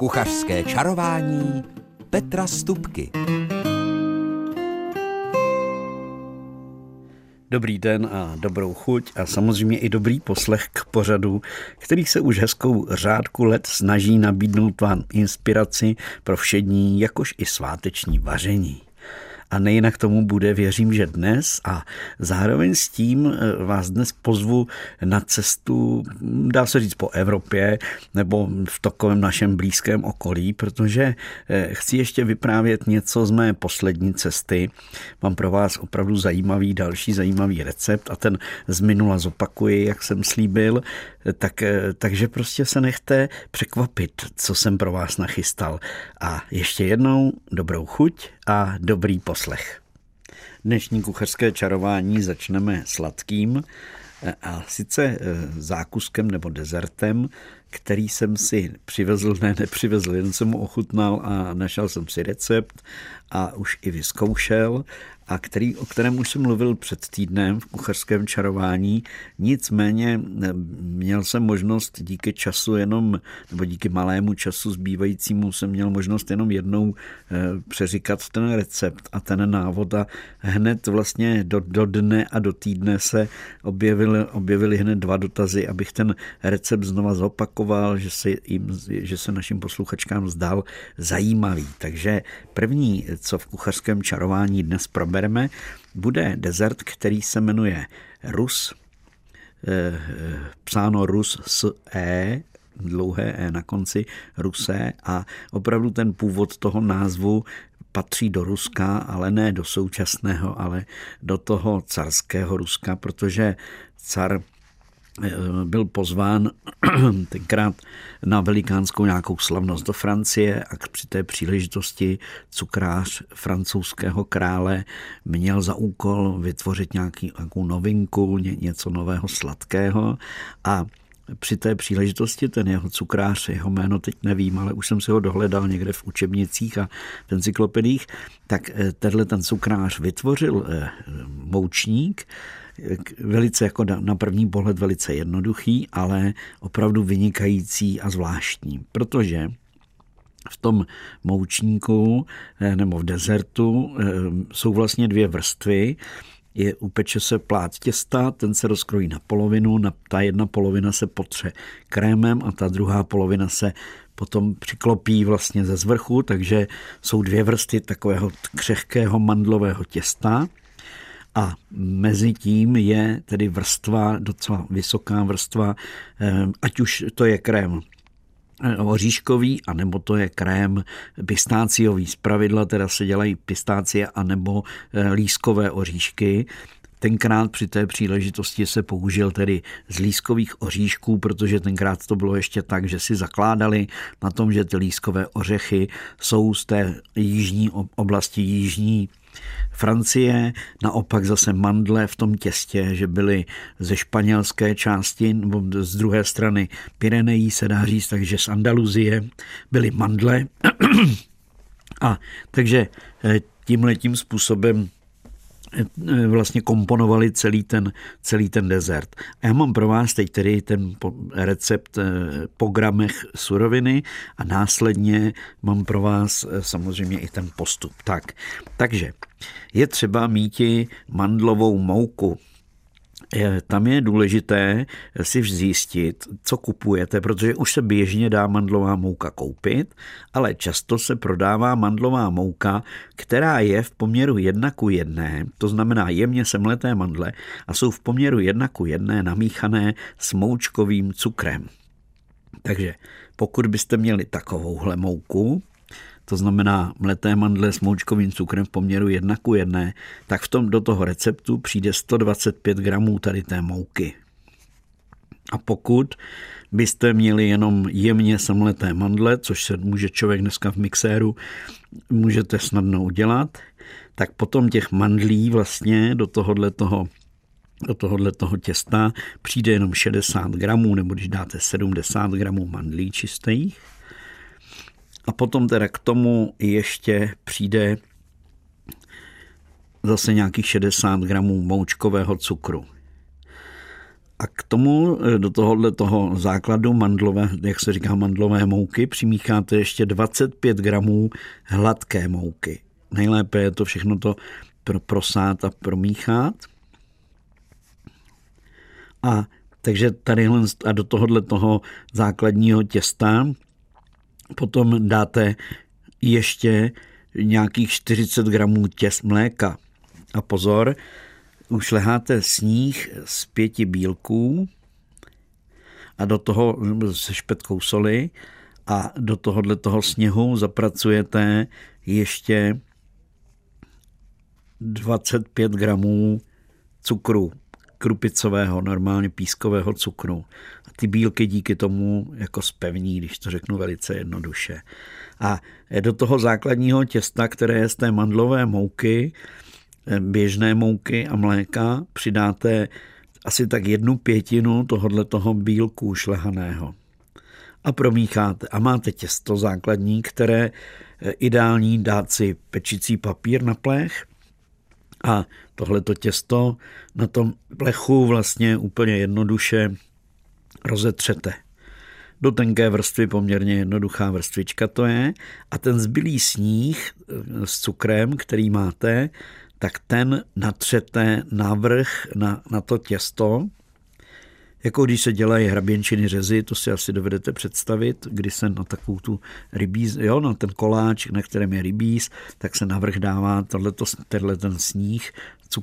Kuchařské čarování Petra Stupky. Dobrý den a dobrou chuť a samozřejmě i dobrý poslech k pořadu, který se už hezkou řádku let snaží nabídnout vám inspiraci pro všední, jakož i sváteční vaření. A nejinak tomu bude, věřím, že dnes a zároveň s tím vás dnes pozvu na cestu, dá se říct, po Evropě nebo v takovém našem blízkém okolí, protože chci ještě vyprávět něco z mé poslední cesty. Mám pro vás opravdu další zajímavý recept a ten z minula zopakuji, jak jsem slíbil, takže prostě se nechte překvapit, co jsem pro vás nachystal. A ještě jednou dobrou chuť a dobrý poslech. Dnešní kuchařské čarování začneme sladkým a sice zákuskem nebo dezertem, který jsem si nepřivezl, jen jsem mu ochutnal a našel jsem si recept a už i vyzkoušel a o kterém už jsem mluvil před týdnem v kuchařském čarování. Nicméně měl jsem možnost díky malému času zbývajícímu jsem měl možnost jenom jednou přeříkat ten recept a ten návod a hned vlastně do dne a do týdne se objevily hned 2 dotazy, abych ten recept znova zopakoval, že se našim posluchačkám zdál zajímavý. Takže první, co v kuchařském čarování dnes probereme, bude dezert, který se jmenuje Rus, psáno Rus s E, dlouhé E na konci, Rusé, a opravdu ten původ toho názvu patří do Ruska, ale ne do současného, ale do toho carského Ruska, protože car byl pozván tenkrát na velikánskou nějakou slavnost do Francie a při té příležitosti cukrář francouzského krále měl za úkol vytvořit nějakou novinku, něco nového sladkého a při té příležitosti ten jeho cukrář, jeho jméno teď nevím, ale už jsem si ho dohledal někde v učebnicích a v encyklopediích, tak ten cukrář vytvořil moučník, velice jako na první pohled velice jednoduchý, ale opravdu vynikající a zvláštní, protože v tom moučníku nebo v dezertu jsou vlastně 2 vrstvy. Upeče se plát těsta, ten se rozkrojí na polovinu, ta jedna polovina se potře krémem a ta druhá polovina se potom přiklopí vlastně ze zvrchu, takže jsou 2 vrstvy takového křehkého mandlového těsta. A mezi tím je tedy vrstva, docela vysoká vrstva, ať už to je krém oříškový, anebo to je krém pistáciový. Zpravidla teda se dělají pistácie anebo lískové oříšky. Tenkrát při té příležitosti se použil tedy z lískových oříšků, protože tenkrát to bylo ještě tak, že si zakládali na tom, že ty lískové ořechy jsou z té jižní oblasti jižní Francie, naopak zase mandle v tom těstě, že byly ze španělské části, nebo z druhé strany Pyrenejí se dá říct, takže z Andaluzie byly mandle. A takže tímhletím způsobem vlastně komponovali celý ten dezert. A já mám pro vás teď tedy ten recept po gramech suroviny a následně mám pro vás samozřejmě i ten postup. Takže je třeba míti mandlovou mouku. Tam je důležité si zjistit, co kupujete, protože už se běžně dá mandlová mouka koupit, ale často se prodává mandlová mouka, která je v poměru 1:1, to znamená jemně semleté mandle a jsou v poměru 1:1 namíchané s moučkovým cukrem. Takže pokud byste měli takovouhle mouku, to znamená mleté mandle s moučkovým cukrem v poměru 1:1, tak do toho receptu přijde 125 gramů tady té mouky. A pokud byste měli jenom jemně semleté mandle, což se může člověk dneska v mixéru, můžete snadno udělat, tak potom těch mandlí vlastně do tohoto těsta přijde jenom 60 gramů, nebo když dáte 70 gramů mandlí čistých. A potom teda k tomu ještě přijde zase nějakých 60 gramů moučkového cukru. A k tomu do toho základu mandlové, jak se říká, mandlové mouky přimícháte ještě 25 gramů hladké mouky. Nejlépe je to všechno to prosát a promíchat. A takže tadyhle a do toho základního těsta potom dáte ještě nějakých 40 gramů mléka. A pozor, ušleháte sníh z 5 bílků a do toho se špetkou soli a do toho sněhu zapracujete ještě 25 gramů cukru, krupicového, normálně pískového cukru. A ty bílky díky tomu jako zpevní, když to řeknu velice jednoduše. A do toho základního těsta, které je z té mandlové mouky, běžné mouky a mléka, přidáte asi tak 1/5 toho bílku šlehaného. A promícháte. A máte těsto základní, které ideální dát si pečicí papír na plech a tohleto těsto na tom plechu vlastně úplně jednoduše rozetřete. Do tenké vrstvy, poměrně jednoduchá vrstvička to je. A ten zbylý sníh s cukrem, který máte, tak ten natřete navrch na to těsto, jako když se dělají hraběnčiny řezy, to si asi dovedete představit, kdy se na takovou tu rybíz, na ten koláč, na kterém je rybíz, tak se navrch dává ten sníh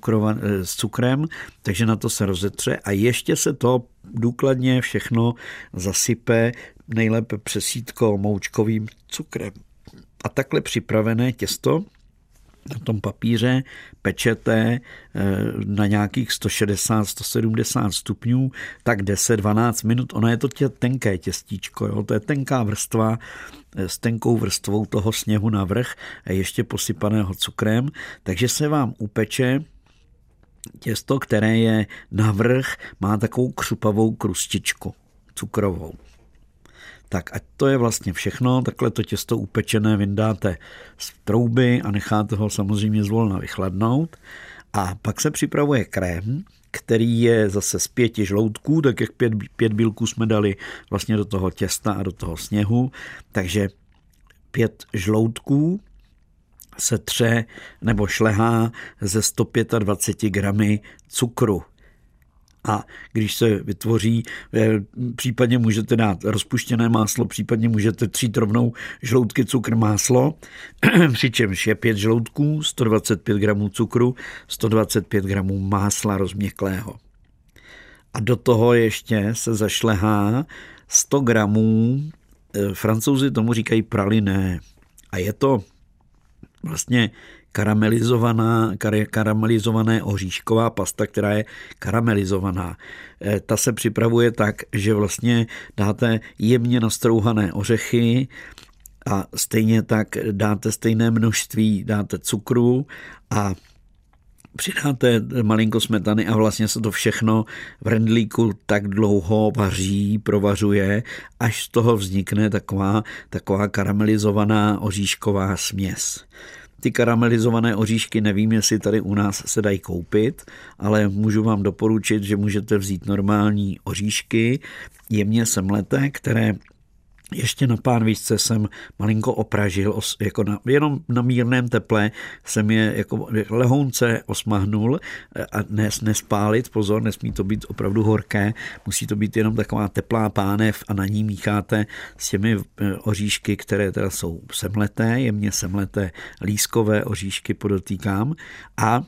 s cukrem, takže na to se rozetře a ještě se to důkladně všechno zasype, nejlépe přesítko moučkovým cukrem. A takhle připravené těsto na tom papíře pečete na nějakých 160-170 stupňů, tak 10-12 minut. Ono je to tenké těstíčko, jo? To je tenká vrstva s tenkou vrstvou toho sněhu navrch, ještě posypaného cukrem, takže se vám upeče těsto, které je navrch, má takovou křupavou krustičku cukrovou. Tak a to je vlastně všechno, takhle to těsto upečené vyndáte z trouby a necháte ho samozřejmě zvolna vychladnout a pak se připravuje krém, který je zase z 5 žloutků, tak jak 5 bílků jsme dali vlastně do toho těsta a do toho sněhu, takže 5 žloutků se tře nebo šlehá ze 125 gramy cukru. A když se vytvoří, případně můžete dát rozpuštěné máslo, případně můžete třít rovnou žloutky, cukr, máslo, přičemž je 5 žloutků, 125 gramů cukru, 125 gramů másla rozměklého. A do toho ještě se zašlehá 100 gramů, Francouzi tomu říkají praliné. A je to vlastně karamelizované oříšková pasta, která je karamelizovaná. Ta se připravuje tak, že vlastně dáte jemně nastrouhané ořechy a stejně tak dáte stejné množství, dáte cukru a přidáte malinko smetany a vlastně se to všechno v rendlíku tak dlouho provařuje, až z toho vznikne taková karamelizovaná oříšková směs. Ty karamelizované oříšky nevím, jestli tady u nás se dají koupit, ale můžu vám doporučit, že můžete vzít normální oříšky, jemně semleté, které ještě na pánvičce jsem malinko opražil, jenom na mírném teple jsem je jako lehounce osmahnul a nespálit, pozor, nesmí to být opravdu horké, musí to být jenom taková teplá pánev a na ní mícháte s těmi oříšky, které teda jsou semleté, jemně semleté lískové oříšky podotýkám a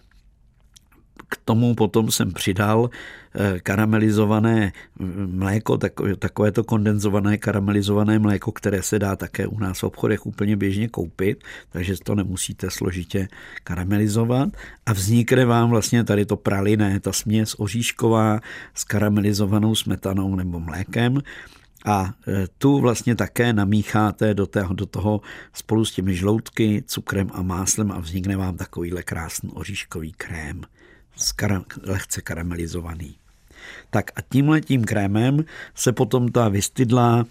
k tomu potom jsem přidal karamelizované mléko, takovéto kondenzované karamelizované mléko, které se dá také u nás v obchodech úplně běžně koupit, takže to nemusíte složitě karamelizovat a vznikne vám vlastně tady to praliné, ta směs oříšková s karamelizovanou smetanou nebo mlékem. A tu vlastně také namícháte do toho spolu s těmi žloutky, cukrem a máslem a vznikne vám takovýhle krásný oříškový krém. Lehce karamelizovaný. Tak a tímhletím krémem se potom ta vystydlá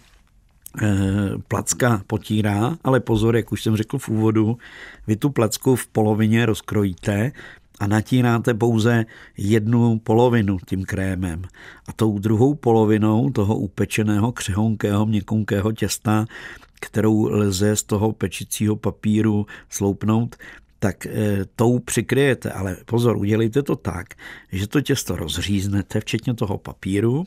placka potírá, ale pozor, jak už jsem řekl v úvodu, vy tu placku v polovině rozkrojíte a natíráte pouze jednu polovinu tím krémem. A tou druhou polovinou toho upečeného, křehonkého, měkonkého těsta, kterou lze z toho pečicího papíru sloupnout, tak tou přikryjete. Ale pozor, udělejte to tak, že to těsto rozříznete, včetně toho papíru,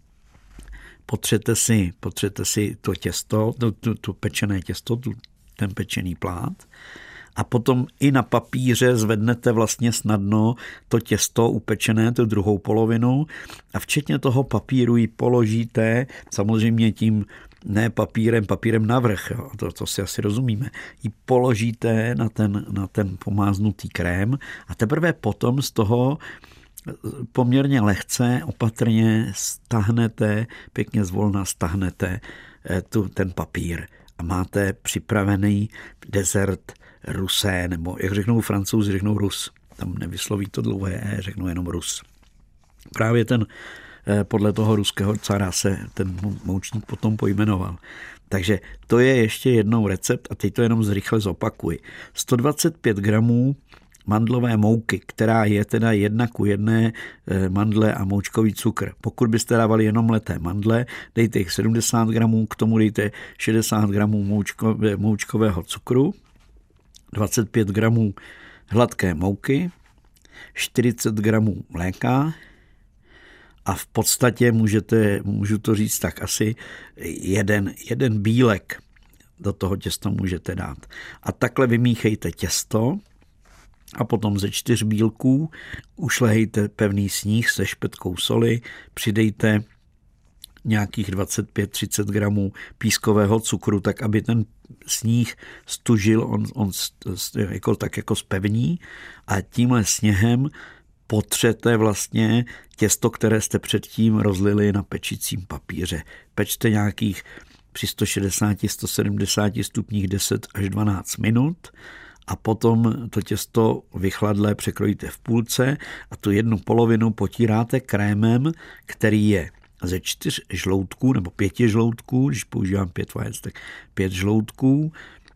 potřete si to těsto, to pečené těsto, ten pečený plát, a potom i na papíře zvednete vlastně snadno to těsto upečené, tu druhou polovinu, a včetně toho papíru ji položíte, samozřejmě tím ne papírem navrch, jo, to si asi rozumíme, ji položíte na ten pomáznutý krém a teprve potom z toho poměrně lehce, opatrně stáhnete, pěkně zvolna stáhnete ten papír a máte připravený dezert rusé, nebo jak řeknou Francouzi, řeknou rus. Tam nevysloví to dlouhé E, řeknou jenom rus. Právě podle toho ruského cara se ten moučník potom pojmenoval. Takže to je ještě jednou recept a teď to jenom zrychle zopakuji. 125 gramů mandlové mouky, která je teda 1:1 mandle a moučkový cukr. Pokud byste dávali jenom mleté mandle, dejte jich 70 gramů, k tomu dejte 60 gramů moučkového cukru, 25 gramů hladké mouky, 40 gramů mléka a v podstatě můžu to říct tak asi jeden bílek do toho těsta můžete dát. A takhle vymíchejte těsto a potom ze 4 bílků ušlehejte pevný sníh se špetkou soli, přidejte nějakých 25-30 gramů pískového cukru, tak aby ten sníh stužil, on jako zpevní, a tímhle sněhem potřete vlastně těsto, které jste předtím rozlili na pečicím papíře. Pečte nějakých při 160-170 stupních 10 až 12 minut a potom to těsto vychladlé překrojíte v půlce a tu jednu polovinu potíráte krémem, který je ze 4 žloutků nebo 5 žloutků, když používám 5 vajec, tak 5 žloutků,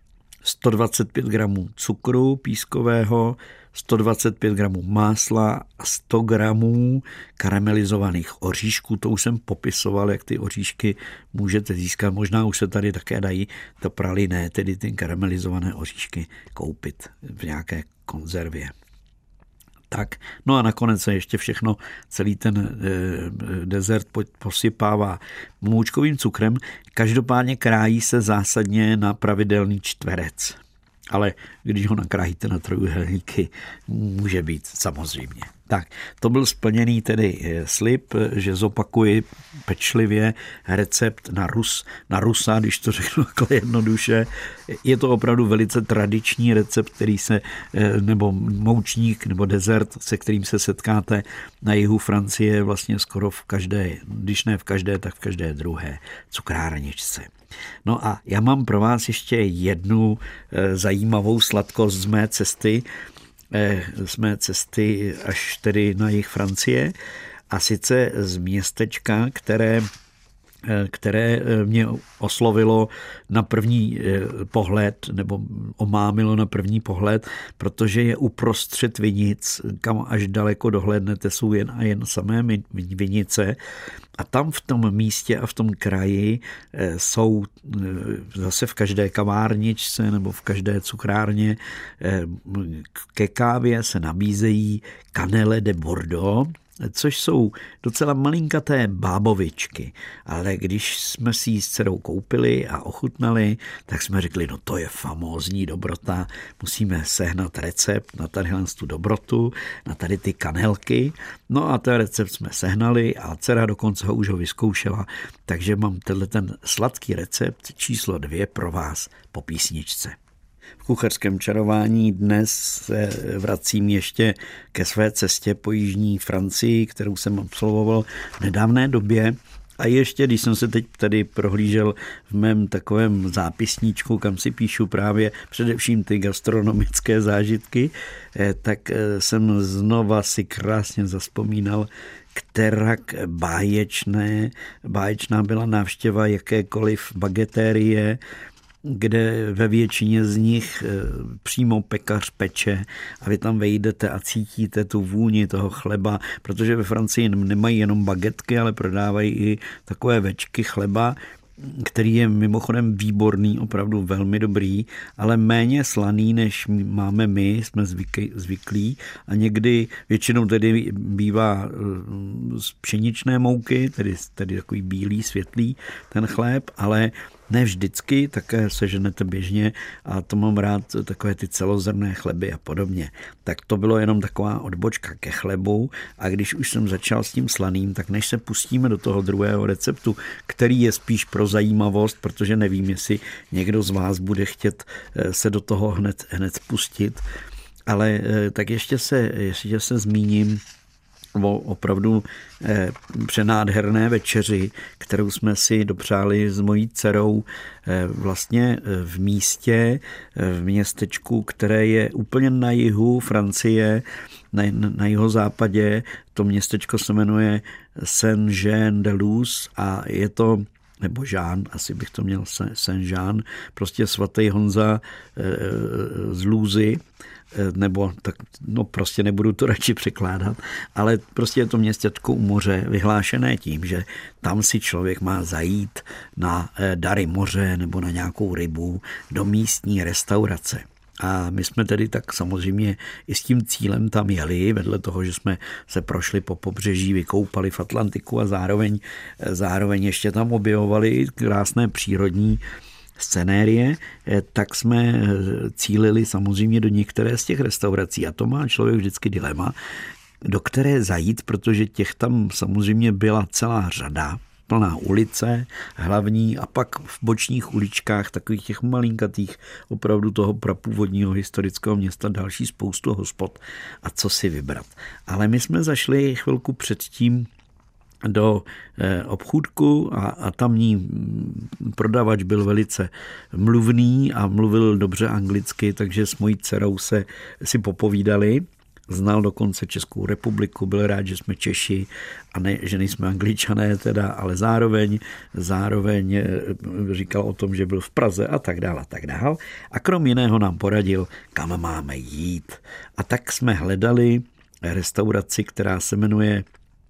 125 gramů cukru pískového, 125 gramů másla a 100 gramů karamelizovaných oříšků. To už jsem popisoval, jak ty oříšky můžete získat. Možná už se tady také dají to praliné, tedy ty karamelizované oříšky koupit v nějaké konzervě. Tak, no a nakonec se ještě všechno, celý ten dezert posypává moučkovým cukrem. Každopádně krájí se zásadně na pravidelný čtverec. Ale když ho nakrájíte na trojúhelníky, může být samozřejmě. Tak, to byl splněný tedy slib, že zopakuji pečlivě recept na rusa, když to řeknu takhle jednoduše. Je to opravdu velice tradiční recept, nebo moučník, nebo dezert, se kterým se setkáte na jihu Francie vlastně skoro v každé, když ne v každé, tak v každé druhé cukrárničce. No a já mám pro vás ještě jednu zajímavou sladkost z mé cesty až tedy na jih Francie, a sice z městečka, které mě oslovilo na první pohled, nebo omámilo na první pohled, protože je uprostřed vinic, kam až daleko dohlédnete, jsou jen a jen samé vinice. A tam v tom místě a v tom kraji jsou zase v každé kavárničce nebo v každé cukrárně ke kávě se nabízejí Cannelle de Bordeaux, což jsou docela malinkaté bábovičky. Ale když jsme si ji s dcerou koupili a ochutnali, tak jsme řekli, no to je famózní dobrota, musíme sehnat recept na tadyhle tu dobrotu, na tady ty kanelky. No a ten recept jsme sehnali a dcera dokonce ho už vyzkoušela, takže mám ten sladký recept číslo 2 pro vás po písničce. V kuchařském čarování dnes se vracím ještě ke své cestě po jižní Francii, kterou jsem absolvoval v nedávné době. A ještě, když jsem se teď tady prohlížel v mém takovém zápisníčku, kam si píšu právě především ty gastronomické zážitky, tak jsem znova si krásně zavzpomínal, kterak báječná byla návštěva jakékoliv bagetérie kde ve většině z nich přímo pekař peče a vy tam vejdete a cítíte tu vůni toho chleba, protože ve Francii nemají jenom bagetky, ale prodávají i takové večky chleba, který je mimochodem výborný, opravdu velmi dobrý, ale méně slaný, než máme my, jsme zvyklí a někdy většinou tedy bývá z pšeničné mouky, tedy takový bílý, světlý ten chléb, ale ne vždycky, také seženete běžně a to mám rád, takové ty celozrnné chleby a podobně. Tak to bylo jenom taková odbočka ke chlebu a když už jsem začal s tím slaným, tak než se pustíme do toho druhého receptu, který je spíš pro zajímavost, protože nevím, jestli někdo z vás bude chtět se do toho hned pustit, ale tak ještě se zmíním o opravdu přenádherné večeři, kterou jsme si dopřáli s mojí dcerou vlastně v místě, v městečku, které je úplně na jihu Francie, na jihozápadě. To městečko se jmenuje Saint-Jean-de-Luz a je to nebo Jean, asi bych to měl Saint-Jean, prostě svatý Honza z Lůzy, nebo tak, no prostě nebudu to radši překládat, ale prostě je to městečko u moře vyhlášené tím, že tam si člověk má zajít na dary moře nebo na nějakou rybu do místní restaurace. A my jsme tedy tak samozřejmě i s tím cílem tam jeli, vedle toho, že jsme se prošli po pobřeží, vykoupali v Atlantiku a zároveň ještě tam objevovali krásné přírodní scenérie, tak jsme cílili samozřejmě do některé z těch restaurací a to má člověk vždycky dilema, do které zajít, protože těch tam samozřejmě byla celá řada, plná ulice, hlavní a pak v bočních uličkách takových těch malinkatých opravdu toho prapůvodního historického města další spoustu hospod a co si vybrat. Ale my jsme zašli chvilku předtím do obchůdku a tamní prodavač byl velice mluvný a mluvil dobře anglicky, takže s mojí dcerou si popovídali. Znal dokonce Českou republiku, byl rád, že jsme Češi a ne, že nejsme Angličané teda, ale zároveň říkal o tom, že byl v Praze a tak dále. A krom jiného nám poradil, kam máme jít. A tak jsme hledali restauraci, která se jmenuje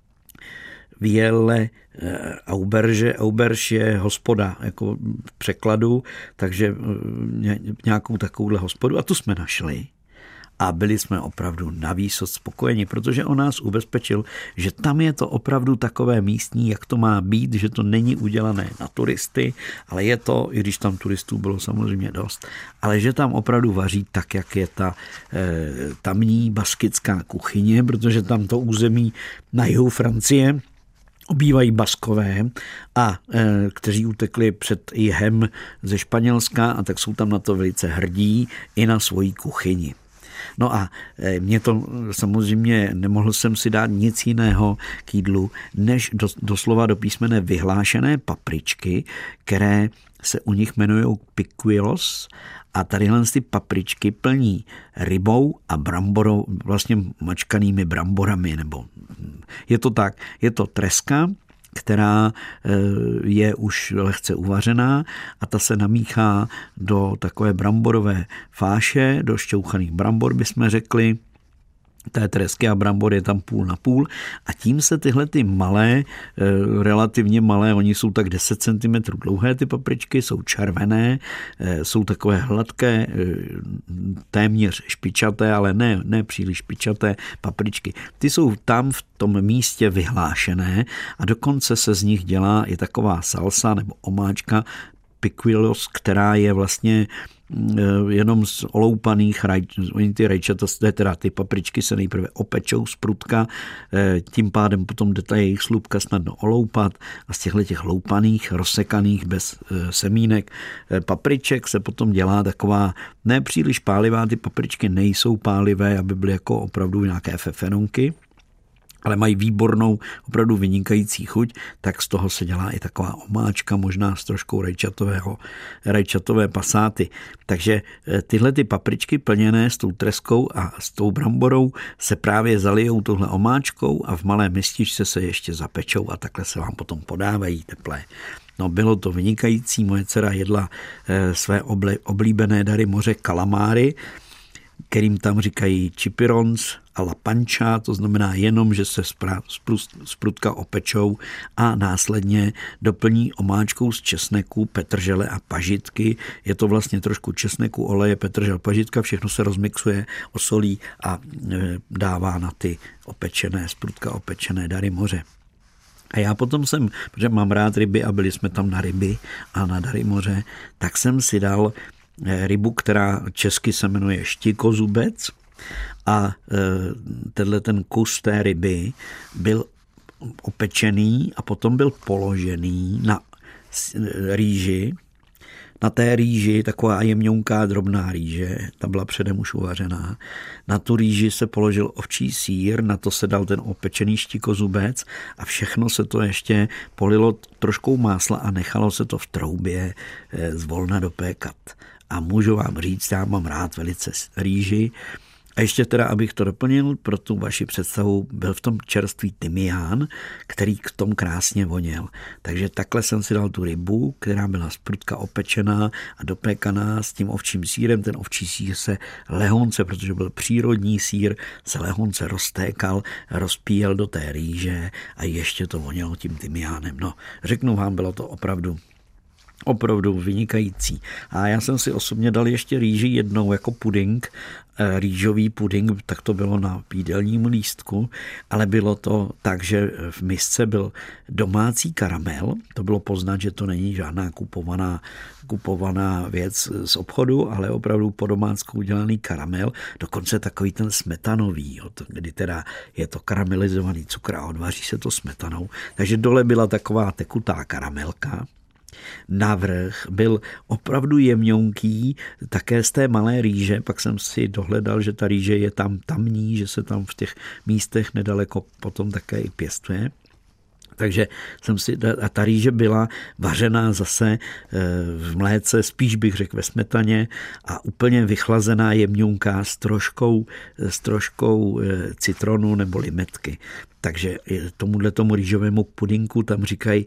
Vielle Auberge. Auberge je hospoda, jako v překladu, takže nějakou takovouhle hospodu a tu jsme našli. A byli jsme opravdu navýsost spokojeni, protože on nás ubezpečil, že tam je to opravdu takové místní, jak to má být, že to není udělané na turisty, ale je to, i když tam turistů bylo samozřejmě dost, ale že tam opravdu vaří tak, jak je ta tamní baskická kuchyně, protože tam to území na jihu Francie obývají Baskové, kteří utekli před jihem ze Španělska a tak jsou tam na to velice hrdí i na svoji kuchyni. No a mě to samozřejmě, nemohl jsem si dát nic jiného k jídlu, než doslova do písmene vyhlášené papričky, které se u nich jmenují piquillos a tadyhle ty papričky plní rybou a bramborou, vlastně mačkanými bramborami, nebo je to tak, je to treska, která je už lehce uvařená a ta se namíchá do takové bramborové fáše, do šťouchaných brambor bychom řekli, té tresky a brambor je tam půl na půl a tím se tyhle ty malé, relativně malé, oni jsou tak 10 cm dlouhé, ty papričky, jsou červené, jsou takové hladké, téměř špičaté, ale ne příliš špičaté papričky. Ty jsou tam v tom místě vyhlášené a dokonce se z nich dělá i taková salsa nebo omáčka piquillos, která je vlastně jenom z oloupaných ty rajčata, teda ty papričky se nejprve opečou z prutka, tím pádem potom jde ta jejich slupka snadno oloupat a z těch loupaných, rozsekaných bez semínek papriček se potom dělá taková nepříliš pálivá, ty papričky nejsou pálivé, aby byly jako opravdu nějaké fefenonky, ale mají výbornou, opravdu vynikající chuť, tak z toho se dělá i taková omáčka, možná s troškou rajčatové pasáty. Takže tyhle ty papričky plněné s tou treskou a s tou bramborou se právě zalijou touhle omáčkou a v malé mističce se ještě zapečou a takhle se vám potom podávají teplé. No, bylo to vynikající, moje dcera jedla své oblíbené dary moře kalamáry, kterým tam říkají chipirons a la pancha, to znamená jenom, že se sprutka opečou a následně doplní omáčkou z česneku, petržele a pažitky. Je to vlastně trošku česneku, oleje, petržel, pažitka, všechno se rozmixuje, osolí a dává na ty sprutka opečené dary moře. A já potom protože mám rád ryby a byli jsme tam na ryby a na dary moře, tak jsem si dal rybu, která česky se jmenuje štikozubec a tenhle ten kus té ryby byl opečený a potom byl položený na rýži. Na té rýži, taková jemňonká drobná rýže, ta byla předem už uvařená. Na tu rýži se položil ovčí sýr, na to se dal ten opečený štikozubec a všechno se to ještě polilo troškou másla a nechalo se to v troubě zvolna dopékat. A můžu vám říct, já mám rád velice rýži. A ještě teda, abych to doplnil, pro tu vaši představu, byl v tom čerstvý tymián, který k tomu krásně voněl. Takže takhle jsem si dal tu rybu, která byla sprutka opečená a dopékaná s tím ovčím sýrem. Ten ovčí sýr se lehonce, protože byl přírodní sýr, se lehonce roztékal, rozpíjel do té rýže a ještě to vonělo tím tymiánem. No, řeknu vám, bylo to opravdu vynikající. A já jsem si osobně dal ještě rýži jednou jako puding, rýžový puding, tak to bylo na jídelním lístku, ale bylo to tak, že v misce byl domácí karamel, to bylo poznat, že to není žádná kupovaná věc z obchodu, ale opravdu po domácku udělaný karamel, dokonce takový ten smetanový, kdy teda je to karamelizovaný cukr a odvaří se to smetanou, takže dole byla taková tekutá karamelka. Navrch byl opravdu jemňonký, také z té malé rýže, pak jsem si dohledal, že ta rýže je tam tamní, že se tam v těch místech nedaleko potom také i pěstuje. Takže a ta rýže byla vařená zase v mléce, spíš bych řekl ve smetaně a úplně vychlazená jemňonká s troškou citronu nebo limetky. Takže tomu rýžovému pudinku tam říkají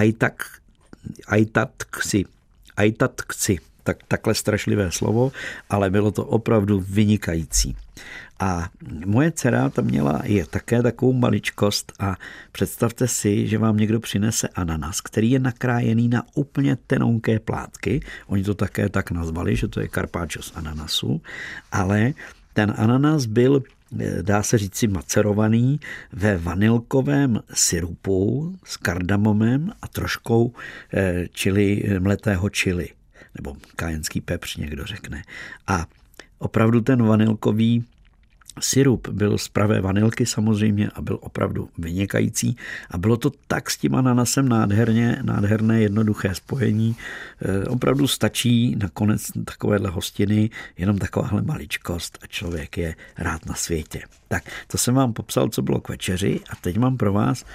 ajtatkci. Takhle strašlivé slovo, ale bylo to opravdu vynikající. A moje dcera tam je také takovou maličkost a představte si, že vám někdo přinese ananas, který je nakrájený na úplně tenonké plátky. Oni to také tak nazvali, že to je carpaccio z ananasu, ale ten ananas byl, dá se říci, macerovaný ve sirupu s kardamomem a troškou mletého chili, nebo kájenský pepř, někdo řekne. A opravdu ten vanilkový sirup byl z pravé vanilky samozřejmě a byl opravdu vynikající a bylo to tak s tím ananasem nádherné jednoduché spojení. Opravdu stačí nakonec takovéhle hostiny jenom takováhle maličkost a člověk je rád na světě. Tak to jsem vám popsal, co bylo k večeři a teď mám pro vás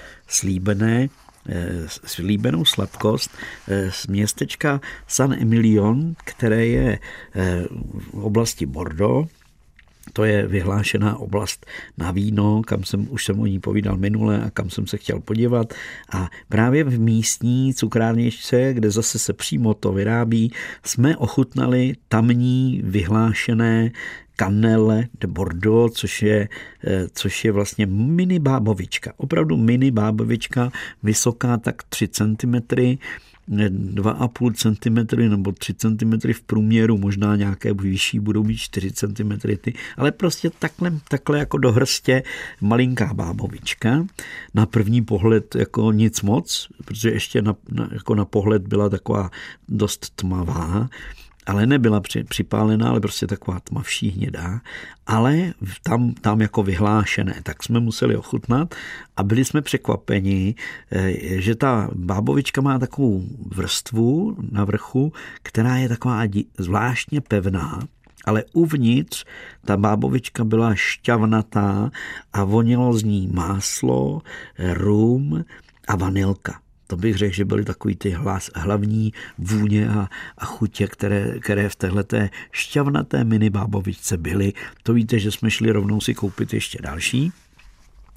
slíbenou sladkost z městečka San Emilion, které je v oblasti Bordeaux. To je vyhlášená oblast na víno, už jsem o ní povídal minule a kam jsem se chtěl podívat. A právě v místní cukrárničce, kde zase se přímo to vyrábí, jsme ochutnali tamní vyhlášené Cannelle de Bordeaux, což je vlastně mini bábovička. Opravdu mini bábovička, vysoká tak 3 cm, 2,5 cm nebo 3 cm v průměru, možná nějaké vyšší budou být 4 cm, ale prostě takhle jako do hrstě malinká bábovička. Na první pohled jako nic moc, protože ještě na pohled byla taková dost tmavá, ale nebyla připálená, ale prostě taková tmavší hnědá, ale tam jako vyhlášené, tak jsme museli ochutnat a byli jsme překvapeni, že ta bábovička má takovou vrstvu na vrchu, která je taková zvláštně pevná, ale uvnitř ta bábovička byla šťavnatá a vonilo z ní máslo, rum a vanilka. To bych řekl, že byly takový ty hlavní vůně a chutě, které v téhleté šťavnaté mini bábovičce byly. To víte, že jsme šli rovnou si koupit ještě další.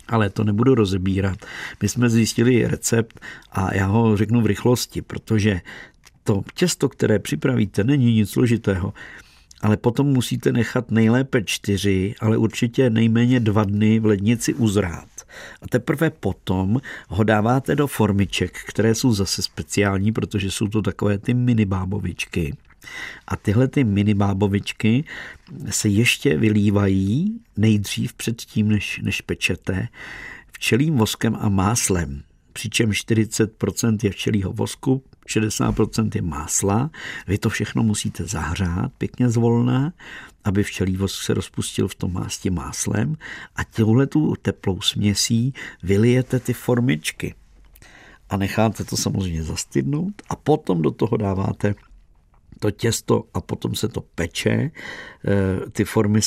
Ale to nebudu rozebírat. My jsme zjistili recept a já ho řeknu v rychlosti, protože to těsto, které připravíte, není nic složitého, ale potom musíte nechat nejlépe 4, ale určitě nejméně 2 dny v lednici uzrát. A teprve potom ho dáváte do formiček, které jsou zase speciální, protože jsou to takové ty mini bábovičky. A tyhle ty mini bábovičky se ještě vylívají nejdřív předtím, než pečete, včelím voskem a máslem. Přičemž 40% je včelího vosku, 60% je másla. Vy to všechno musíte zahřát pěkně zvolna, aby včelí vosk se rozpustil v tom másti máslem a touhletu teplou směsí vylijete ty formičky a necháte to samozřejmě zastydnout a potom do toho dáváte to těsto a potom se to peče. Ty formy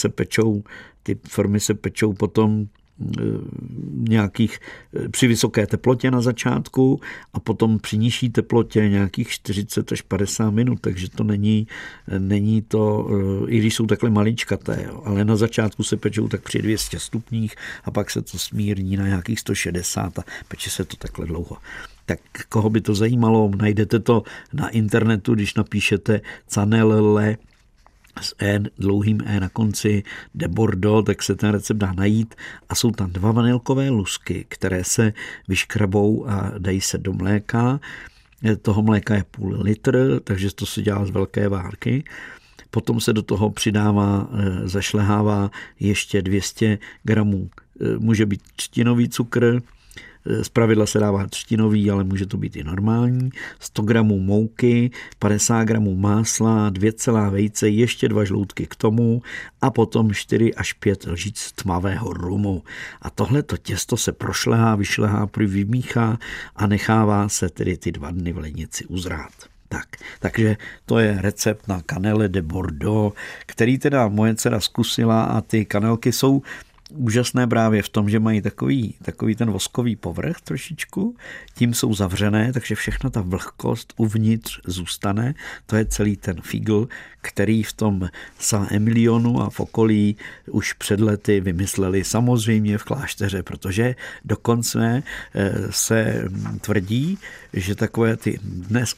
se pečou potom nějakých při vysoké teplotě na začátku a potom při nižší teplotě nějakých 40 až 50 minut, takže to není to, i když jsou takhle maličkaté, jo, ale na začátku se pečou tak při 200 stupních a pak se to smírní na nějakých 160 a peče se to takhle dlouho. Tak koho by to zajímalo, najdete to na internetu, když napíšete Canelele s dlouhým na konci de Bordeaux, tak se ten recept dá najít a jsou tam 2 vanilkové lusky, které se vyškrabou a dají se do mléka. Toho mléka je půl litr, takže to se dělá z velké várky. Potom se do toho přidává, zašlehává ještě 200 gramů, může být třtinový cukr, zpravidla se dává třtinový, ale může to být i normální, 100 gramů mouky, 50 gramů másla, 2 celá vejce, ještě 2 žloutky k tomu a potom 4 až 5 lžíc tmavého rumu. A tohleto těsto se prošlehá, vyšlehá, vymíchá a nechává se tedy ty 2 dny v lednici uzrát. Takže to je recept na Canelle de Bordeaux, který teda moje dcera zkusila a ty kanelky jsou úžasné právě v tom, že mají takový ten voskový povrch trošičku, tím jsou zavřené, takže všechna ta vlhkost uvnitř zůstane. To je celý ten fígl, který v tom Saint-Emilionu a v okolí už před lety vymysleli samozřejmě v klášteře, protože dokonce se tvrdí, že takové ty dnes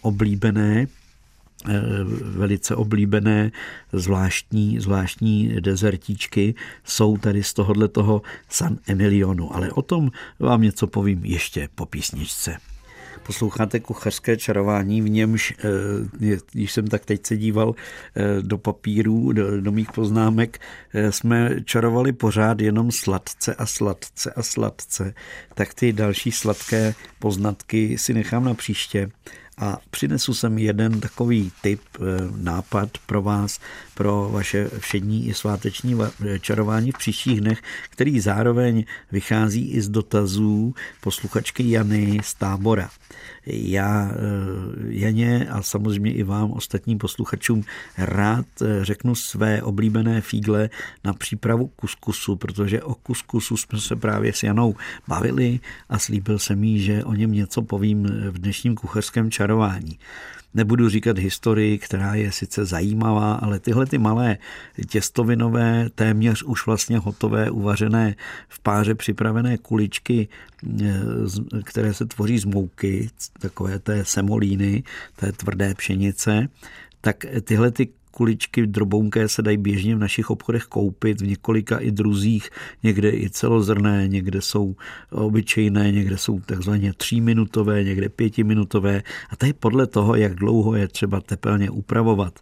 velice oblíbené zvláštní dezertíčky jsou tady z tohoto Saint-Emilionu, ale o tom vám něco povím ještě po písničce. Posloucháte Kuchařské čarování, v němž, když jsem tak teď se díval do papírů, do mých poznámek, jsme čarovali pořád jenom sladce a sladce a sladce, tak ty další sladké poznatky si nechám na příště. A přinesu sem jeden takový tip, nápad pro vás, pro vaše všední i sváteční čarování v příštích dnech, který zároveň vychází i z dotazů posluchačky Jany z Tábora. Já Janě a samozřejmě i vám, ostatním posluchačům, rád řeknu své oblíbené fígle na přípravu kuskusu, protože o kuskusu jsme se právě s Janou bavili a slíbil jsem jí, že o něm něco povím v dnešním kuchařském čarování. Nebudu říkat historii, která je sice zajímavá, ale tyhle ty malé těstovinové, téměř už vlastně hotové, uvařené v páře připravené kuličky, které se tvoří z mouky, takové té semolíny, té tvrdé pšenice, tak tyhle ty kuličky drobounké se dají běžně v našich obchodech koupit v několika i druzích, někde i celozrnné, někde jsou obyčejné, někde jsou takzvaně 3minutové, někde 5minutové a to je podle toho, jak dlouho je třeba tepelně upravovat.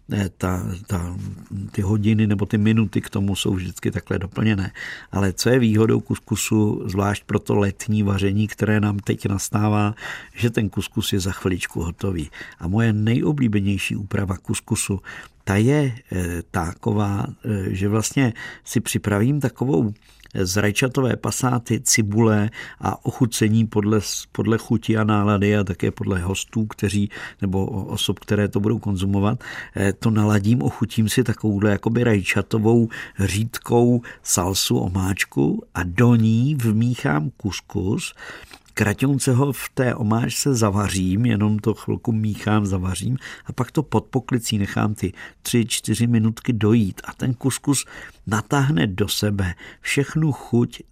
Ty hodiny nebo ty minuty k tomu jsou vždycky takhle doplněné. Ale co je výhodou kuskusu, zvlášť pro to letní vaření, které nám teď nastává, že ten kuskus je za chviličku hotový. A moje nejoblíbenější úprava kuskusu, ta je taková, že vlastně si připravím takovou z rajčatové pasáty, cibule a ochucení podle chuti a nálady a také podle hostů, nebo osob, které to budou konzumovat, to naladím, ochutím si takovouhle jakoby rajčatovou řídkou salsu, omáčku a do ní vmíchám kuskus. Kraťonce ho v té omáčce zavařím, jenom to chvilku míchám, zavařím a pak to pod poklicí nechám ty 3-4 minutky dojít a ten kuskus natáhne do sebe všechnu chuť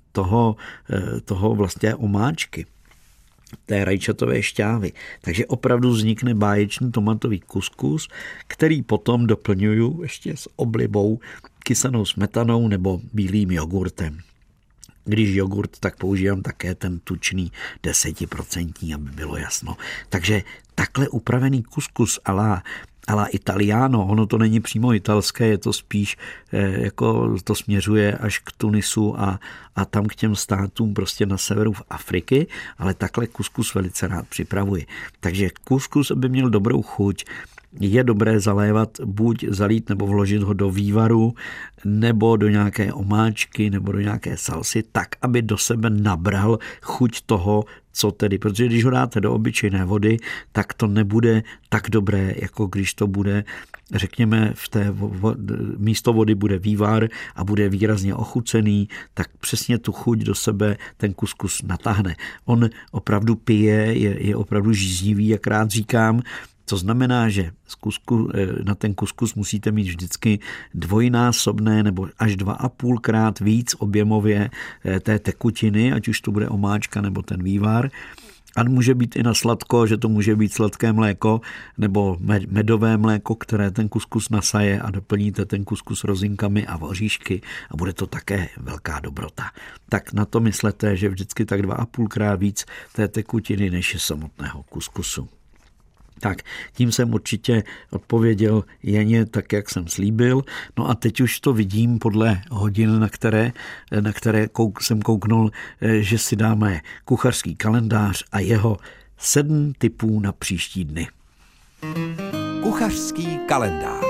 toho vlastně omáčky, té rajčatové šťávy. Takže opravdu vznikne báječný tomatový kuskus, který potom doplňuju ještě s oblibou, kysanou smetanou nebo bílým jogurtem. Když jogurt, tak používám také ten tučný 10%, aby bylo jasno. Takže takhle upravený kuskus a la Italiano, ono to není přímo italské, je to spíš jako to směřuje až k Tunisu a tam k těm státům prostě na severu v Afriky, ale takhle kuskus velice rád připravuji. Takže kuskus, aby měl dobrou chuť, je dobré zalévat, buď zalít nebo vložit ho do vývaru, nebo do nějaké omáčky, nebo do nějaké salsy, tak, aby do sebe nabral chuť toho, co tedy, protože když ho dáte do obyčejné vody, tak to nebude tak dobré, jako když to bude, řekněme, místo vody bude vývar a bude výrazně ochucený, tak přesně tu chuť do sebe ten kuskus natáhne. On opravdu pije, je opravdu žíznivý, jak rád říkám. To znamená, že na ten kuskus musíte mít vždycky dvojnásobné nebo až 2,5krát víc objemově té tekutiny, ať už to bude omáčka nebo ten vývar. A může být i na sladko, že to může být sladké mléko nebo medové mléko, které ten kuskus nasaje a doplníte ten kuskus rozinkami a oříšky a bude to také velká dobrota. Tak na to myslete, že vždycky tak 2,5krát víc té tekutiny než je samotného kuskusu. Tak, tím jsem určitě odpověděl Janě tak, jak jsem slíbil. No a teď už to vidím podle hodin, na které jsem kouknul, že si dáme kuchařský kalendář a jeho 7 tipů na příští dny. Kuchařský kalendář.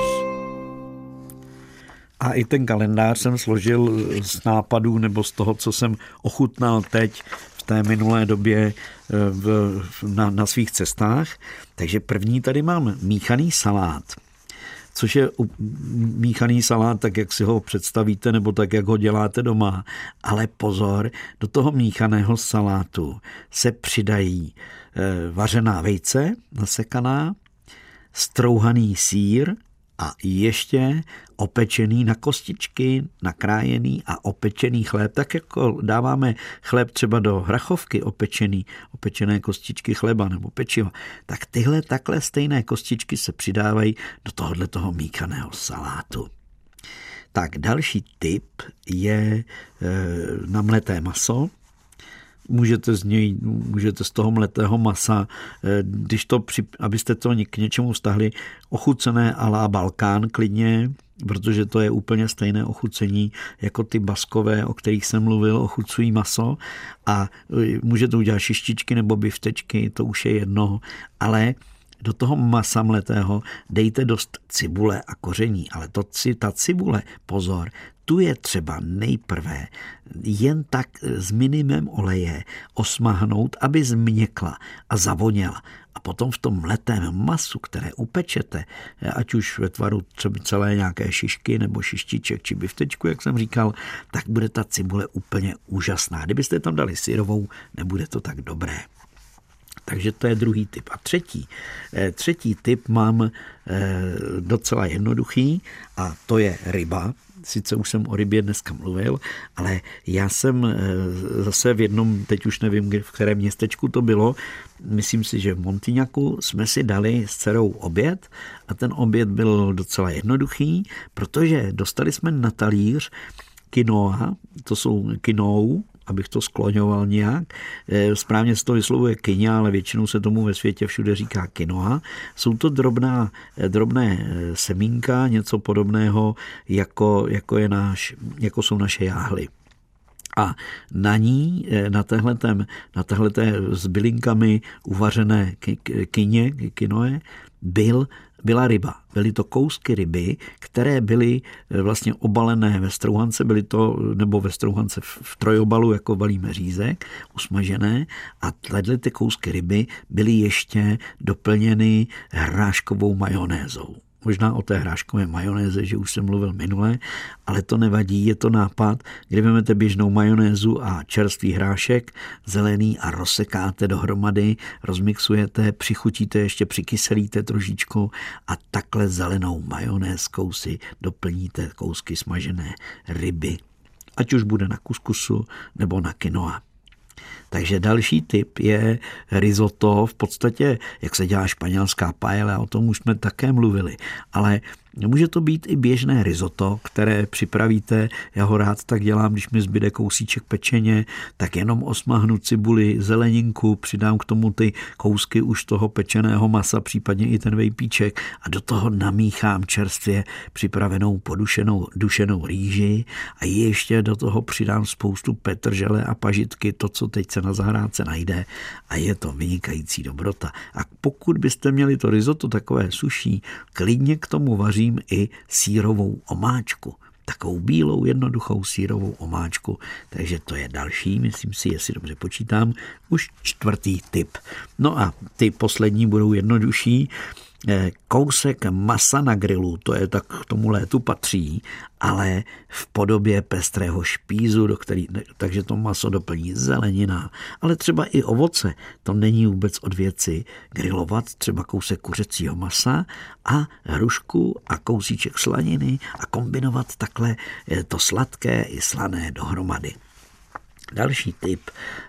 A i ten kalendář jsem složil z nápadů nebo z toho, co jsem ochutnal teď v té minulé době na svých cestách. Takže první tady mám míchaný salát, což je míchaný salát, tak jak si ho představíte nebo tak, jak ho děláte doma. Ale pozor, do toho míchaného salátu se přidají vařená vejce nasekaná, strouhaný sýr, a ještě opečený na kostičky, nakrájený a opečený chléb, tak jako dáváme chléb třeba do hrachovky opečené kostičky chleba nebo pečiva, tak tyhle takhle stejné kostičky se přidávají do tohoto míchaného salátu. Tak další tip je namleté maso. Můžete z toho mletého masa, abyste to k něčemu vztahli, ochucené à la Balkán klidně, protože to je úplně stejné ochucení jako ty Baskové, o kterých jsem mluvil, ochucují maso a můžete udělat šištičky nebo biftečky, to už je jedno, ale do toho masa mletého dejte dost cibule a koření, ale ta cibule, pozor, tu je třeba nejprve jen tak s minimem oleje osmahnout, aby změkla a zavoněla. A potom v tom mletém masu, které upečete, ať už ve tvaru třeba celé nějaké šišky nebo šištiček či biftečku, jak jsem říkal, tak bude ta cibule úplně úžasná. Kdybyste tam dali syrovou, nebude to tak dobré. Takže to je druhý tip. A třetí tip mám docela jednoduchý a to je ryba. Sice už jsem o rybě dneska mluvil, ale já jsem zase v jednom, teď už nevím, v kterém městečku to bylo, myslím si, že v Montignacu jsme si dali s dcerou oběd a ten oběd byl docela jednoduchý, protože dostali jsme na talíř quinoa, to jsou quinoa, abych to skloňoval nějak. Správně se to vyslovuje kyňa, ale většinou se tomu ve světě všude říká quinoa. Jsou to drobné semínka, něco podobného, jako jsou naše jáhly. A na ní, na téhleté s bylinkami uvařené quinoe, byla ryba. Byly to kousky ryby, které byly vlastně obalené ve strouhance, nebo ve strouhance v trojobalu, jako balíme řízek, usmažené, a ty kousky ryby byly ještě doplněny hráškovou majonézou. Možná o té hráškové majonéze, že už jsem mluvil minule, ale to nevadí, je to nápad, kdy vezmete běžnou majonézu a čerstvý hrášek, zelený a rozsekáte dohromady, rozmixujete, přichutíte, ještě přikyselíte trošičku a takhle zelenou majonézkou si doplníte kousky smažené ryby. ať už bude na kuskusu nebo na quinoa. Takže další tip je risotto, v podstatě, jak se dělá španělská paella, o tom už jsme také mluvili, ale může to být i běžné risotto, které připravíte, já ho rád tak dělám, když mi zbyde kousíček pečeně, tak jenom osmahnu cibuli, zeleninku, přidám k tomu ty kousky už toho pečeného masa, případně i ten vejpíček a do toho namíchám čerstvě připravenou dušenou rýži a ještě do toho přidám spoustu petržele a pažitky, to, co teď se na zahrádce najde a je to vynikající dobrota. A pokud byste měli to risotto takové suší, klidně k tomu vařím i sýrovou omáčku. Takovou bílou, jednoduchou sýrovou omáčku. Takže to je další, myslím si, jestli dobře počítám, už 4. tip. No a ty poslední budou jednodušší. Kousek masa na grilu, to je tak k tomu létu patří, ale v podobě pestrého špízu, takže to maso doplní zelenina, ale třeba i ovoce. To není vůbec od věci grilovat třeba kousek kuřecího masa a hrušku a kousíček slaniny a kombinovat takhle to sladké i slané dohromady. Další tip,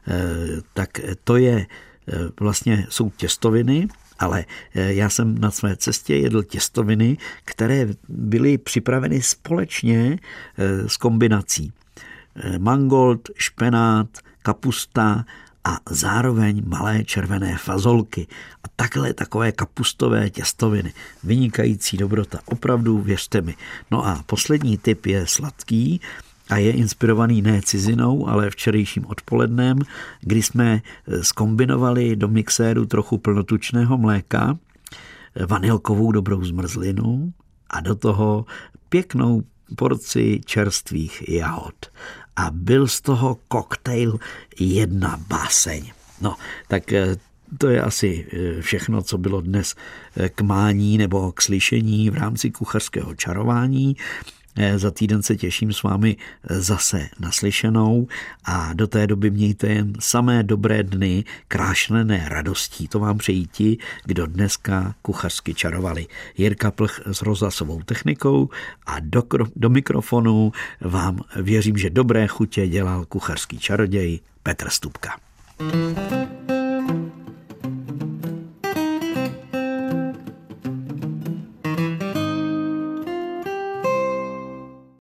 tak to je vlastně jsou těstoviny, ale já jsem na své cestě jedl těstoviny, které byly připraveny společně s kombinací mangold, špenát, kapusta a zároveň malé červené fazolky. A takové kapustové těstoviny. Vynikající dobrota, opravdu věřte mi. No a poslední tip je sladký a je inspirovaný ne cizinou, ale včerejším odpolednem, kdy jsme zkombinovali do mixéru trochu plnotučného mléka, vanilkovou dobrou zmrzlinu a do toho pěknou porci čerstvých jahod. A byl z toho koktejl jedna báseň. No, tak to je asi všechno, co bylo dnes k mání nebo k slyšení v rámci kuchařského čarování. Za týden se těším s vámi zase naslyšenou a do té doby mějte jen samé dobré dny, krášlené radostí. To vám přejí ti, kdo dneska kuchařsky čarovali. Jirka Plch s rozhlasovou technikou a do mikrofonu vám věřím, že dobré chutě dělal kuchařský čaroděj Petr Stupka.